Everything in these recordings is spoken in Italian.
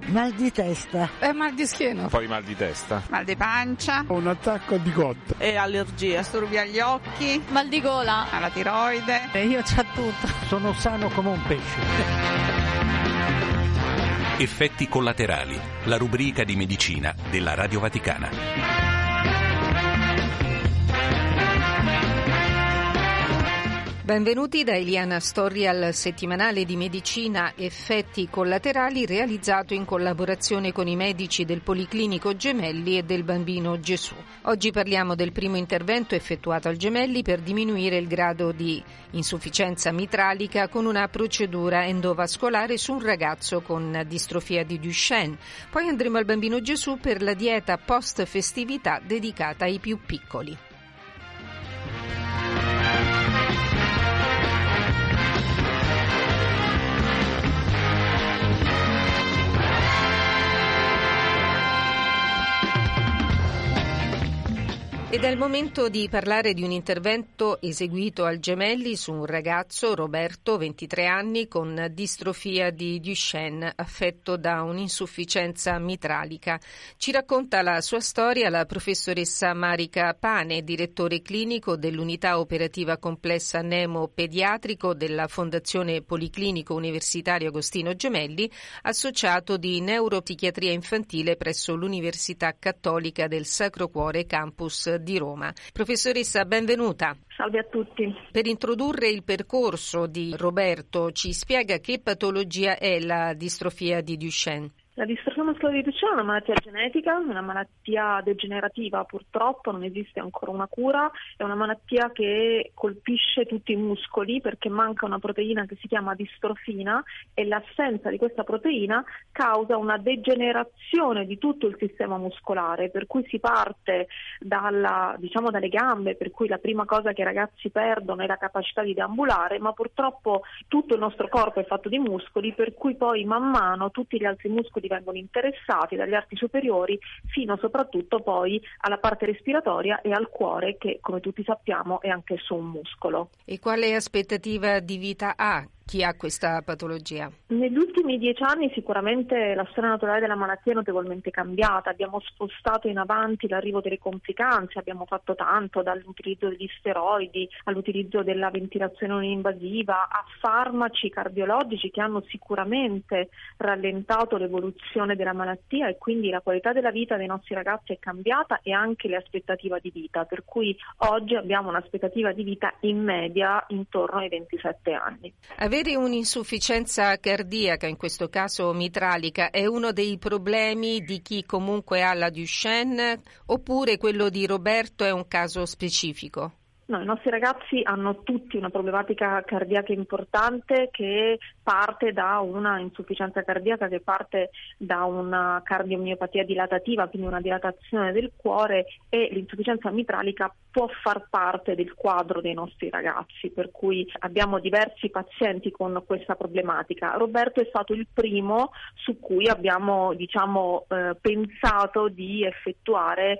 Mal di testa. Mal di schiena. Poi mal di testa. Mal di pancia. Un attacco di cotta. E allergia. Disturbi agli occhi. Mal di gola. Alla tiroide. Io c'ho tutto. Sono sano come un pesce. Effetti collaterali, la rubrica di medicina della Radio Vaticana. Benvenuti da Eliana Storri al settimanale di medicina Effetti collaterali, realizzato in collaborazione con i medici del Policlinico Gemelli e del Bambino Gesù. Oggi parliamo del primo intervento effettuato al Gemelli per diminuire il grado di insufficienza mitralica con una procedura endovascolare su un ragazzo con distrofia di Duchenne. Poi andremo al Bambino Gesù per la dieta post festività dedicata ai più piccoli. Ed è il momento di parlare di un intervento eseguito al Gemelli su un ragazzo, Roberto, 23 anni, con distrofia di Duchenne, affetto da un'insufficienza mitralica. Ci racconta la sua storia la professoressa Marica Pane, direttore clinico dell'unità operativa complessa Nemo Pediatrico della Fondazione Policlinico Universitario Agostino Gemelli, associato di neuropsichiatria infantile presso l'Università Cattolica del Sacro Cuore Campus di Roma. Professoressa, benvenuta. Salve a tutti. Per introdurre il percorso di Roberto, ci spiega che patologia è la distrofia di Duchenne? La distrofia muscolare di Duchenne è una malattia genetica, una malattia degenerativa, purtroppo non esiste ancora una cura, è una malattia che colpisce tutti i muscoli perché manca una proteina che si chiama distrofina e l'assenza di questa proteina causa una degenerazione di tutto il sistema muscolare, per cui si parte dalle gambe, per cui la prima cosa che i ragazzi perdono è la capacità di deambulare, ma purtroppo tutto il nostro corpo è fatto di muscoli, per cui poi man mano tutti gli altri muscoli vengono interessati, dagli arti superiori fino soprattutto poi alla parte respiratoria e al cuore, che come tutti sappiamo è anch'esso un muscolo. E quale aspettativa di vita ha chi ha questa patologia? Negli ultimi 10 anni sicuramente la storia naturale della malattia è notevolmente cambiata, abbiamo spostato in avanti l'arrivo delle complicanze, abbiamo fatto tanto, dall'utilizzo degli steroidi all'utilizzo della ventilazione non invasiva a farmaci cardiologici che hanno sicuramente rallentato l'evoluzione della malattia, e quindi la qualità della vita dei nostri ragazzi è cambiata e anche l'aspettativa di vita, per cui oggi abbiamo un'aspettativa di vita in media intorno ai 27 anni. Avere un'insufficienza cardiaca, in questo caso mitralica, è uno dei problemi di chi comunque ha la Duchenne, oppure quello di Roberto è un caso specifico? No, i nostri ragazzi hanno tutti una problematica cardiaca importante che parte da una insufficienza cardiaca, che parte da una cardiomiopatia dilatativa, quindi una dilatazione del cuore, e l'insufficienza mitralica può far parte del quadro dei nostri ragazzi, per cui abbiamo diversi pazienti con questa problematica. Roberto è stato il primo su cui abbiamo pensato di effettuare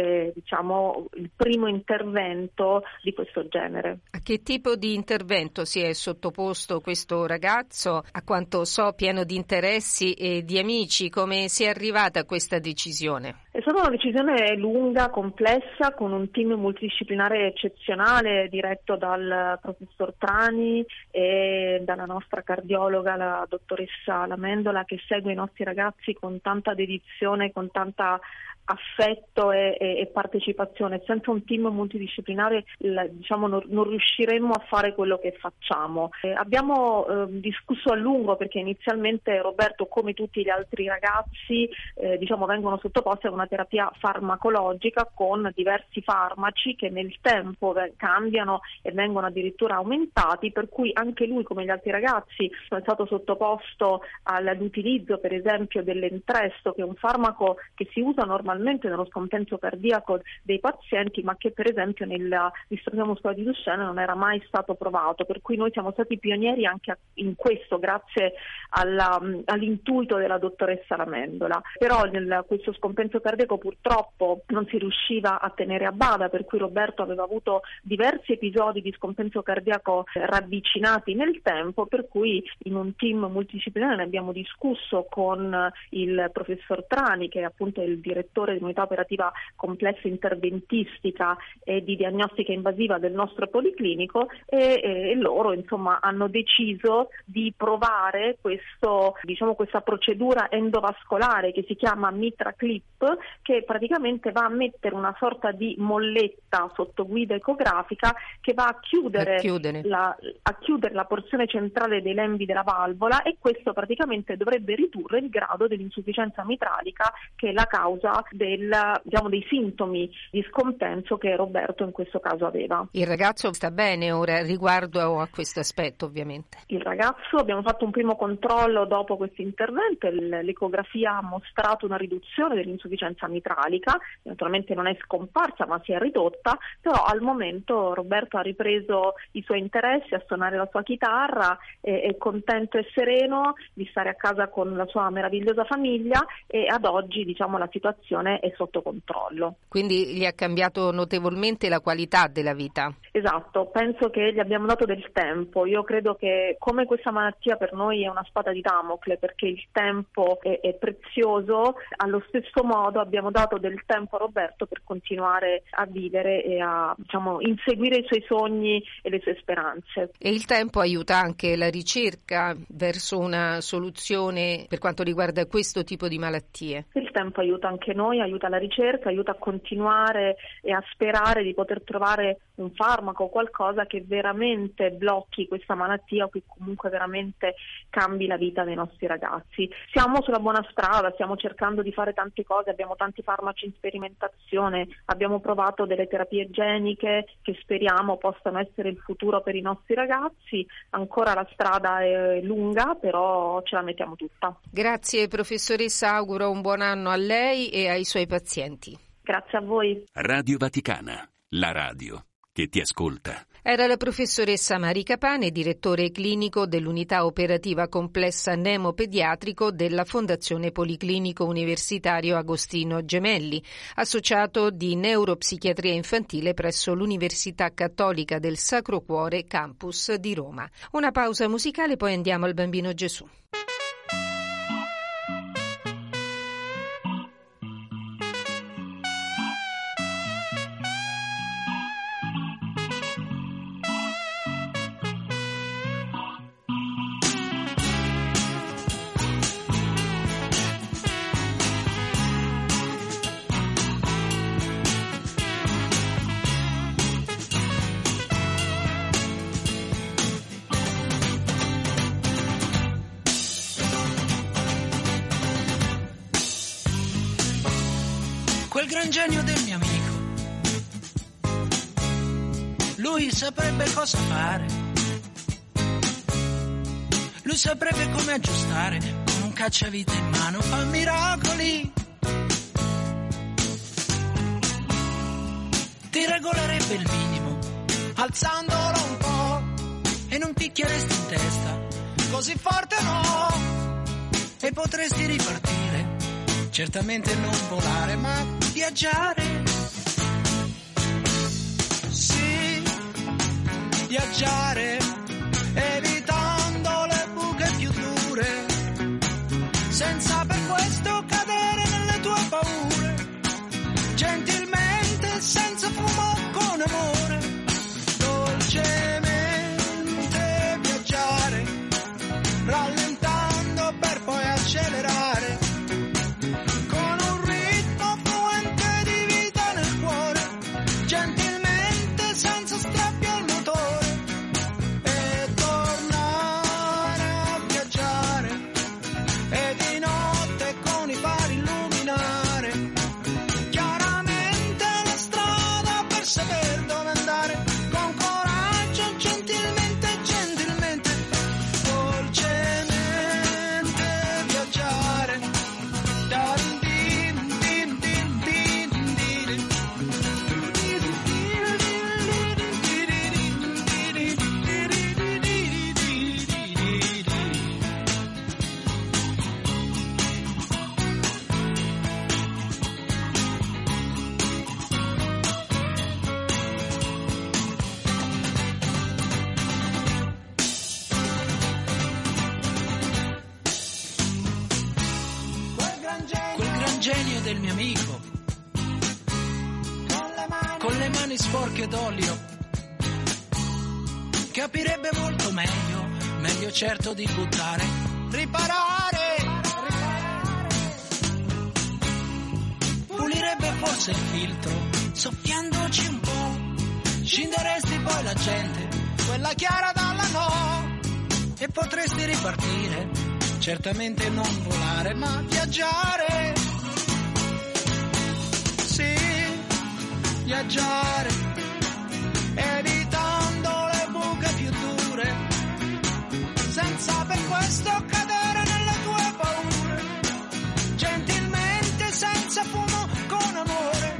il primo intervento di questo genere. A che tipo di intervento si è sottoposto questo ragazzo? A quanto so pieno di interessi e di amici. Come si è arrivata a questa decisione? È stata una decisione lunga, complessa, con un team multidisciplinare eccezionale diretto dal professor Trani e dalla nostra cardiologa, la dottoressa Lamendola, che segue i nostri ragazzi con tanta dedizione, con tanta affetto e partecipazione. Senza un team multidisciplinare non riusciremmo a fare quello che facciamo. Abbiamo discusso a lungo perché inizialmente Roberto, come tutti gli altri ragazzi, vengono sottoposti a una terapia farmacologica con diversi farmaci che nel tempo cambiano e vengono addirittura aumentati, per cui anche lui, come gli altri ragazzi, è stato sottoposto all'utilizzo per esempio dell'Entresto, che è un farmaco che si usa normalmente normalmente nello scompenso cardiaco dei pazienti, ma che per esempio nella distrofia muscolare di Duchenne non era mai stato provato, per cui noi siamo stati pionieri anche in questo, grazie all'intuito della dottoressa Lamendola. Però questo scompenso cardiaco purtroppo non si riusciva a tenere a bada, per cui Roberto aveva avuto diversi episodi di scompenso cardiaco ravvicinati nel tempo, per cui in un team multidisciplinare ne abbiamo discusso con il professor Trani, che è appunto il direttore dell'unità operativa complessa interventistica e di diagnostica invasiva del nostro policlinico, e loro insomma hanno deciso di provare questa procedura endovascolare che si chiama Mitra Clip, che praticamente va a mettere una sorta di molletta sotto guida ecografica che va a chiudere la porzione centrale dei lembi della valvola, e questo praticamente dovrebbe ridurre il grado dell'insufficienza mitralica, che è la causa dei sintomi di scompenso che Roberto in questo caso aveva. Il ragazzo sta bene ora riguardo a questo aspetto, ovviamente? Il ragazzo, abbiamo fatto un primo controllo dopo questo intervento, l'ecografia ha mostrato una riduzione dell'insufficienza mitralica, naturalmente non è scomparsa ma si è ridotta, però al momento Roberto ha ripreso i suoi interessi, a suonare la sua chitarra, è contento e sereno di stare a casa con la sua meravigliosa famiglia, e ad oggi la situazione è sotto controllo. Quindi gli ha cambiato notevolmente la qualità della vita? Esatto, penso che gli abbiamo dato del tempo. Io credo che come questa malattia per noi è una spada di Damocle, perché il tempo è prezioso, allo stesso modo abbiamo dato del tempo a Roberto per continuare a vivere e a inseguire i suoi sogni e le sue speranze. E il tempo aiuta anche la ricerca verso una soluzione per quanto riguarda questo tipo di malattie? Il tempo aiuta anche noi, aiuta la ricerca, aiuta a continuare e a sperare di poter trovare un farmaco, qualcosa che veramente blocchi questa malattia o che comunque veramente cambi la vita dei nostri ragazzi. Siamo sulla buona strada, stiamo cercando di fare tante cose, abbiamo tanti farmaci in sperimentazione, abbiamo provato delle terapie geniche che speriamo possano essere il futuro per i nostri ragazzi. Ancora la strada è lunga, però ce la mettiamo tutta. Grazie professoressa, auguro un buon anno a lei e ai suoi pazienti. Grazie a voi. Radio Vaticana, la radio che ti ascolta. Era la professoressa Marica Pane, direttore clinico dell'unità operativa complessa neumopediatrico della Fondazione Policlinico Universitario Agostino Gemelli, associato di neuropsichiatria infantile presso l'Università Cattolica del Sacro Cuore Campus di Roma. Una pausa musicale, poi andiamo al Bambino Gesù. Quel gran genio del mio amico, lui saprebbe cosa fare, lui saprebbe come aggiustare, con un cacciavite in mano fa miracoli, ti regolerebbe il minimo, alzandolo un po', e non picchieresti in testa, così forte no, e potresti ripartire. Certamente non volare, ma viaggiare. Sì, viaggiare, evitando le buche più dure, senza per questo cadere nelle tue paure. Gentilmente, senza fumo, con amore, dolcemente viaggiare, rallentando per poi accelerare. genio del mio amico, con le mani sporche d'olio, capirebbe molto meglio certo di buttare, riparare, pulirebbe forse il filtro, soffiandoci un po', scinderesti poi la gente, quella chiara dalla no, e potresti ripartire, certamente non volare ma viaggiare, sì, viaggiare, evitando le buche più dure, senza per questo cadere nelle tue paure, gentilmente, senza fumo, con amore,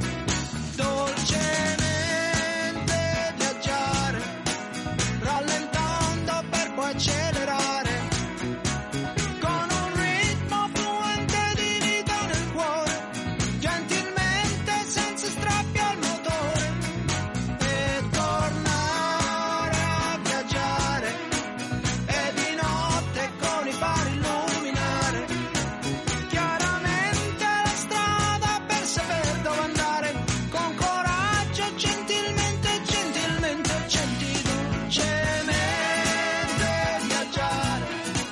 dolcemente viaggiare, rallentando per poi accelerare, con un ritmo fluente di vita nel cuore, gentilmente, senza strappi al motore, e tornare a viaggiare, e di notte con i fari illuminare, chiaramente la strada per saper dove andare, con coraggio, gentilmente, gentilmente, dolcemente viaggiare.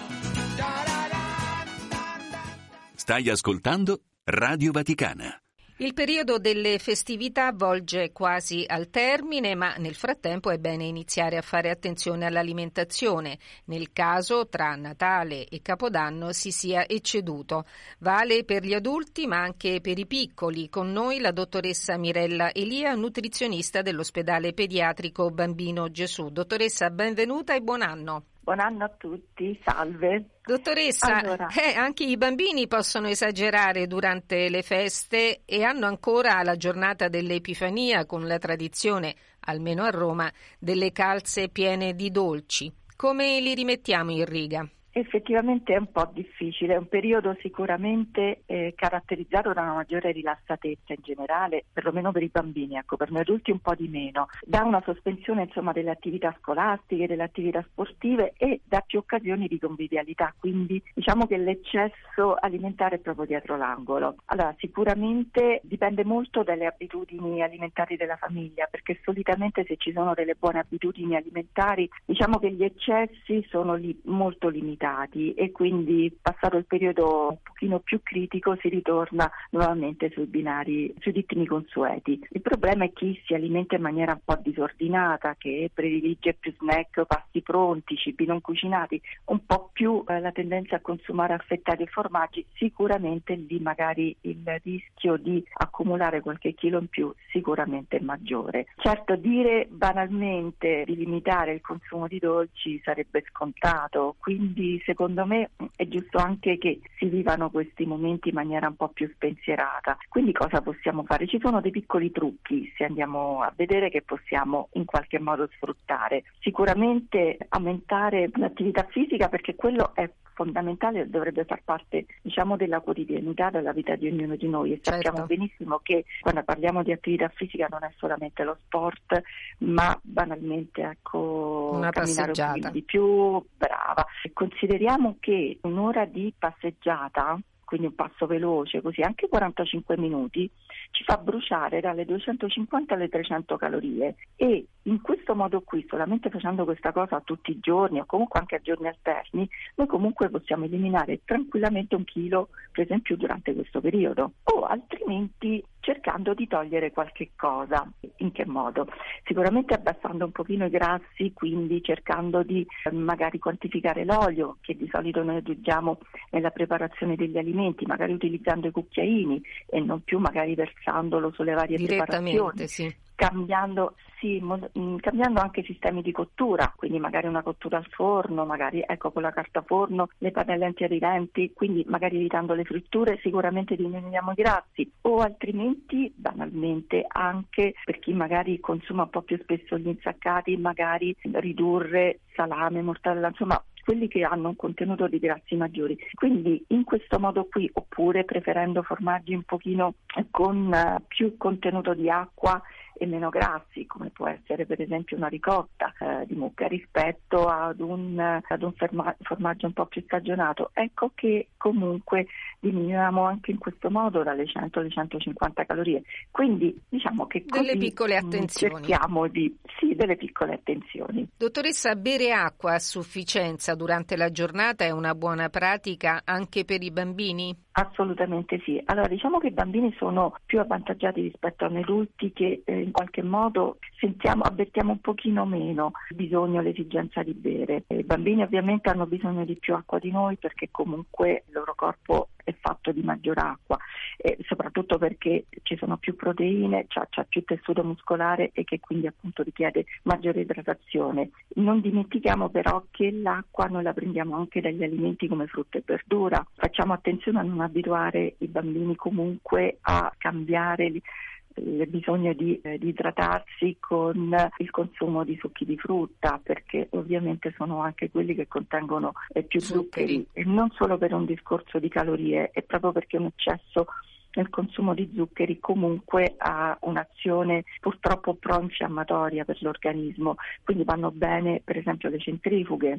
Stai ascoltando Radio Vaticana. Il periodo delle festività volge quasi al termine, ma nel frattempo è bene iniziare a fare attenzione all'alimentazione, nel caso tra Natale e Capodanno si sia ecceduto. Vale per gli adulti ma anche per i piccoli. Con noi la dottoressa Mirella Elia, nutrizionista dell'ospedale pediatrico Bambino Gesù. Dottoressa, benvenuta e buon anno. Buon anno a tutti, salve. Dottoressa, Allora. Anche i bambini possono esagerare durante le feste e hanno ancora la giornata dell'Epifania con la tradizione, almeno a Roma, delle calze piene di dolci. Come li rimettiamo in riga? Effettivamente è un po' difficile, è un periodo sicuramente caratterizzato da una maggiore rilassatezza in generale, perlomeno per i bambini, ecco, per noi adulti un po' di meno, da una sospensione delle attività scolastiche, delle attività sportive e da più occasioni di convivialità, quindi diciamo che l'eccesso alimentare è proprio dietro l'angolo. Allora sicuramente dipende molto dalle abitudini alimentari della famiglia, perché solitamente se ci sono delle buone abitudini alimentari, diciamo che gli eccessi sono molto limitati e quindi passato il periodo un pochino più critico si ritorna nuovamente sui binari, sui ritmi consueti. Il problema è chi si alimenta in maniera un po' disordinata, che predilige più snack o pasti pronti, cibi non cucinati, un po' più la tendenza a consumare affettati e formaggi, sicuramente lì magari il rischio di accumulare qualche chilo in più sicuramente è maggiore. Certo, dire banalmente di limitare il consumo di dolci sarebbe scontato, quindi secondo me è giusto anche che si vivano questi momenti in maniera un po' più spensierata. Quindi cosa possiamo fare? Ci sono dei piccoli trucchi, se andiamo a vedere, che possiamo in qualche modo sfruttare. Sicuramente aumentare l'attività fisica, perché quello è fondamentale, dovrebbe far parte della quotidianità della vita di ognuno di noi, e sappiamo benissimo che quando parliamo di attività fisica non è solamente lo sport, ma banalmente una camminare passeggiata. un po' di più, brava. Consideriamo che un'ora di passeggiata, quindi un passo veloce, così anche 45 minuti, ci fa bruciare dalle 250 alle 300 calorie, e in questo modo qui, solamente facendo questa cosa tutti i giorni o comunque anche a giorni alterni, noi comunque possiamo eliminare tranquillamente 1 chilo, per esempio, durante questo periodo, o altrimenti cercando di togliere qualche cosa. In che modo? Sicuramente abbassando un pochino i grassi, quindi cercando di magari quantificare l'olio che di solito noi aggiungiamo nella preparazione degli alimenti, magari utilizzando i cucchiaini e non più magari versandolo sulle varie preparazioni. Sì. Cambiando anche sistemi di cottura, quindi magari una cottura al forno, magari con la carta forno, le pannelle antiaderenti, quindi magari evitando le fritture sicuramente diminuiamo i grassi, o altrimenti banalmente anche per chi magari consuma un po' più spesso gli insaccati, magari ridurre salame, mortadella, insomma quelli che hanno un contenuto di grassi maggiori. Quindi in questo modo qui, oppure preferendo formaggi un pochino con più contenuto di acqua e meno grassi, come può essere per esempio una ricotta di mucca rispetto ad un formaggio un po' più stagionato. Ecco che comunque diminuiamo anche in questo modo dalle 100 alle 150 calorie. Quindi diciamo che delle piccole attenzioni. Cerchiamo delle piccole attenzioni. Dottoressa, bere acqua a sufficienza durante la giornata è una buona pratica anche per i bambini? Assolutamente sì. Allora diciamo che i bambini sono più avvantaggiati rispetto a noi adulti che in qualche modo avvertiamo un pochino meno il bisogno, l'esigenza di bere. I bambini ovviamente hanno bisogno di più acqua di noi perché comunque il loro corpo è fatto di maggior acqua, soprattutto perché ci sono più proteine, c'è più tessuto muscolare e che quindi appunto richiede maggiore idratazione. Non dimentichiamo però che l'acqua noi la prendiamo anche dagli alimenti come frutta e verdura. Facciamo attenzione a non abituare i bambini comunque a cambiare il bisogno di idratarsi con il consumo di succhi di frutta, perché ovviamente sono anche quelli che contengono più zuccheri, e non solo per un discorso di calorie, è proprio perché un eccesso nel consumo di zuccheri comunque ha un'azione purtroppo pro-infiammatoria per l'organismo, quindi vanno bene per esempio le centrifughe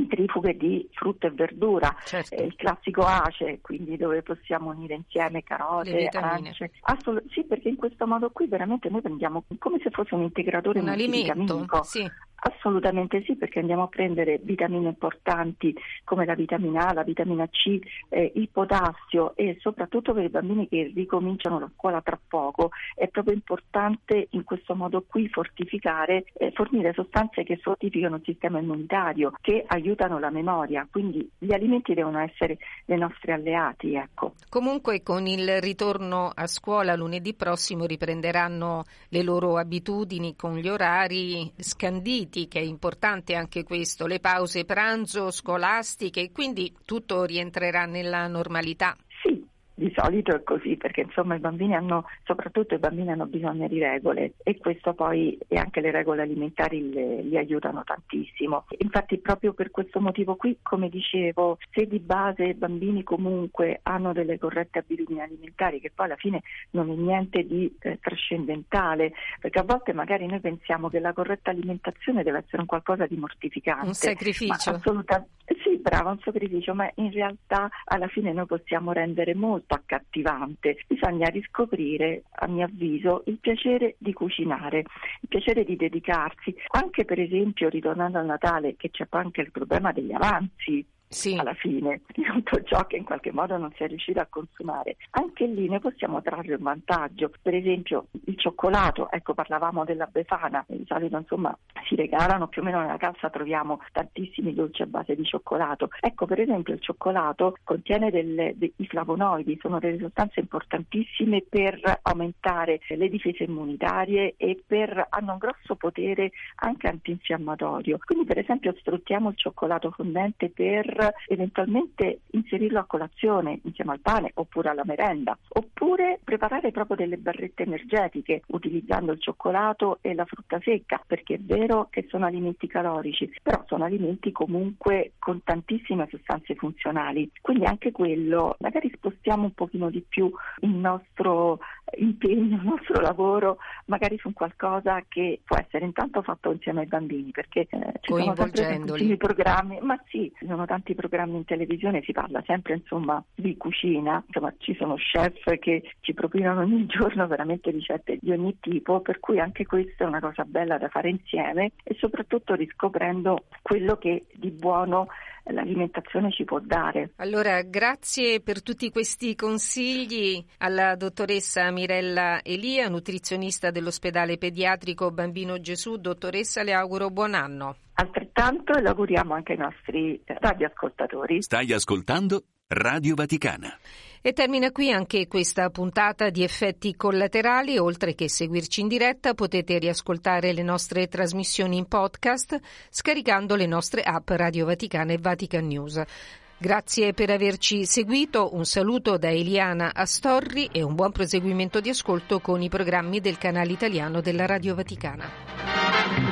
di frutta e verdura, certo. Il classico ACE, quindi dove possiamo unire insieme carote, arance. Sì, perché in questo modo qui veramente noi prendiamo come se fosse un integratore multivitaminico. Sì. Assolutamente sì, perché andiamo a prendere vitamine importanti come la vitamina A, la vitamina C, il potassio, e soprattutto per i bambini che ricominciano la scuola tra poco è proprio importante in questo modo qui fortificare, fornire sostanze che fortificano il sistema immunitario, che aiutano la memoria, quindi gli alimenti devono essere dei nostri alleati, ecco. Comunque con il ritorno a scuola lunedì prossimo riprenderanno le loro abitudini con gli orari scanditi, che è importante anche questo, le pause pranzo scolastiche, quindi tutto rientrerà nella normalità. Sì. Di solito è così, perché insomma soprattutto i bambini hanno bisogno di regole, e questo poi, e anche le regole alimentari li aiutano tantissimo. Infatti proprio per questo motivo qui, come dicevo, se di base i bambini comunque hanno delle corrette abitudini alimentari, che poi alla fine non è niente di trascendentale, perché a volte magari noi pensiamo che la corretta alimentazione deve essere un qualcosa di mortificante. Un sacrificio. Assolutamente sì, brava, un sacrificio, ma in realtà alla fine noi possiamo rendere molto accattivante. Bisogna riscoprire, a mio avviso, il piacere di cucinare, il piacere di dedicarsi, anche per esempio ritornando al Natale, che c'è poi anche il problema degli avanzi. Sì. Alla fine di tutto ciò che in qualche modo non si è riuscito a consumare, anche lì ne possiamo trarre un vantaggio. Per esempio il cioccolato, ecco, parlavamo della Befana, di solito insomma si regalano, più o meno nella cassa troviamo tantissimi dolci a base di cioccolato. Ecco, per esempio il cioccolato contiene i flavonoidi, sono delle sostanze importantissime per aumentare le difese immunitarie e hanno un grosso potere anche antinfiammatorio. Quindi per esempio sfruttiamo il cioccolato fondente per eventualmente inserirlo a colazione insieme al pane oppure alla merenda, oppure preparare proprio delle barrette energetiche utilizzando il cioccolato e la frutta secca, perché è vero che sono alimenti calorici, però sono alimenti comunque con tantissime sostanze funzionali, quindi anche quello magari spostiamo un pochino di più il nostro impegno, il nostro lavoro magari su qualcosa che può essere intanto fatto insieme ai bambini, perché ci sono sempre tantissimi programmi, ma sì, ci sono tanti programmi in televisione, si parla sempre insomma di cucina, insomma ci sono chef che ci propinano ogni giorno veramente ricette di ogni tipo, per cui anche questa è una cosa bella da fare insieme, e soprattutto riscoprendo quello che di buono l'alimentazione ci può dare. Allora, grazie per tutti questi consigli alla dottoressa Mirella Elia, nutrizionista dell'ospedale pediatrico Bambino Gesù. Dottoressa, le auguro buon anno. Altrettanto, e lo auguriamo anche ai nostri radioascoltatori. Stai ascoltando Radio Vaticana. E termina qui anche questa puntata di Effetti Collaterali. Oltre che seguirci in diretta, potete riascoltare le nostre trasmissioni in podcast scaricando le nostre app Radio Vaticana e Vatican News. Grazie per averci seguito, un saluto da Eliana Astorri e un buon proseguimento di ascolto con i programmi del canale italiano della Radio Vaticana.